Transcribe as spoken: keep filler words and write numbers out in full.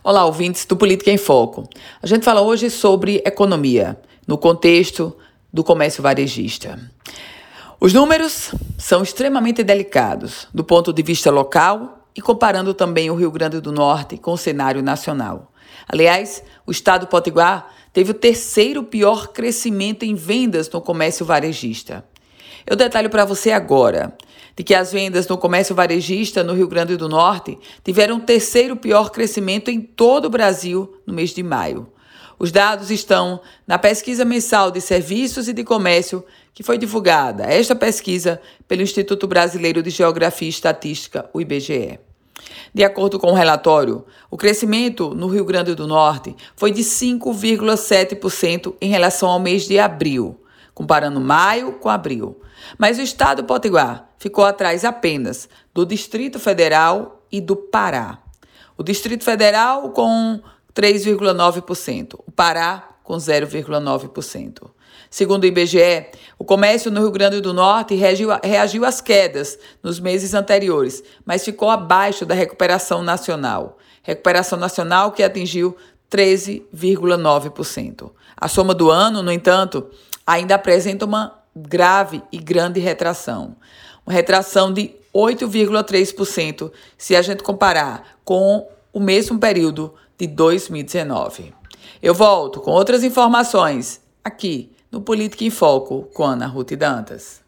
Olá, ouvintes do Política em Foco. A gente fala hoje sobre economia, no contexto do comércio varejista. Os números são extremamente delicados do ponto de vista local e comparando também o Rio Grande do Norte com o cenário nacional. Aliás, o estado potiguar teve o terceiro pior crescimento em vendas no comércio varejista. Eu detalho para você agora de que as vendas no comércio varejista no Rio Grande do Norte tiveram o terceiro pior crescimento em todo o Brasil no mês de maio. Os dados estão na pesquisa mensal de serviços e de comércio que foi divulgada, esta pesquisa, pelo Instituto Brasileiro de Geografia e Estatística, o I B G E. De acordo com o relatório, o crescimento no Rio Grande do Norte foi de cinco vírgula sete por cento em relação ao mês de abril, comparando maio com abril. Mas o estado potiguar ficou atrás apenas do Distrito Federal e do Pará. O Distrito Federal com três vírgula nove por cento, o Pará com zero vírgula nove por cento. Segundo o I B G E, o comércio no Rio Grande do Norte reagiu, reagiu às quedas nos meses anteriores, mas ficou abaixo da recuperação nacional. Recuperação nacional que atingiu treze vírgula nove por cento. A soma do ano, no entanto, ainda apresenta uma grave e grande retração. Uma retração de oito vírgula três por cento se a gente comparar com o mesmo período de dois mil e dezenove. Eu volto com outras informações aqui no Política em Foco com Ana Ruth Dantas.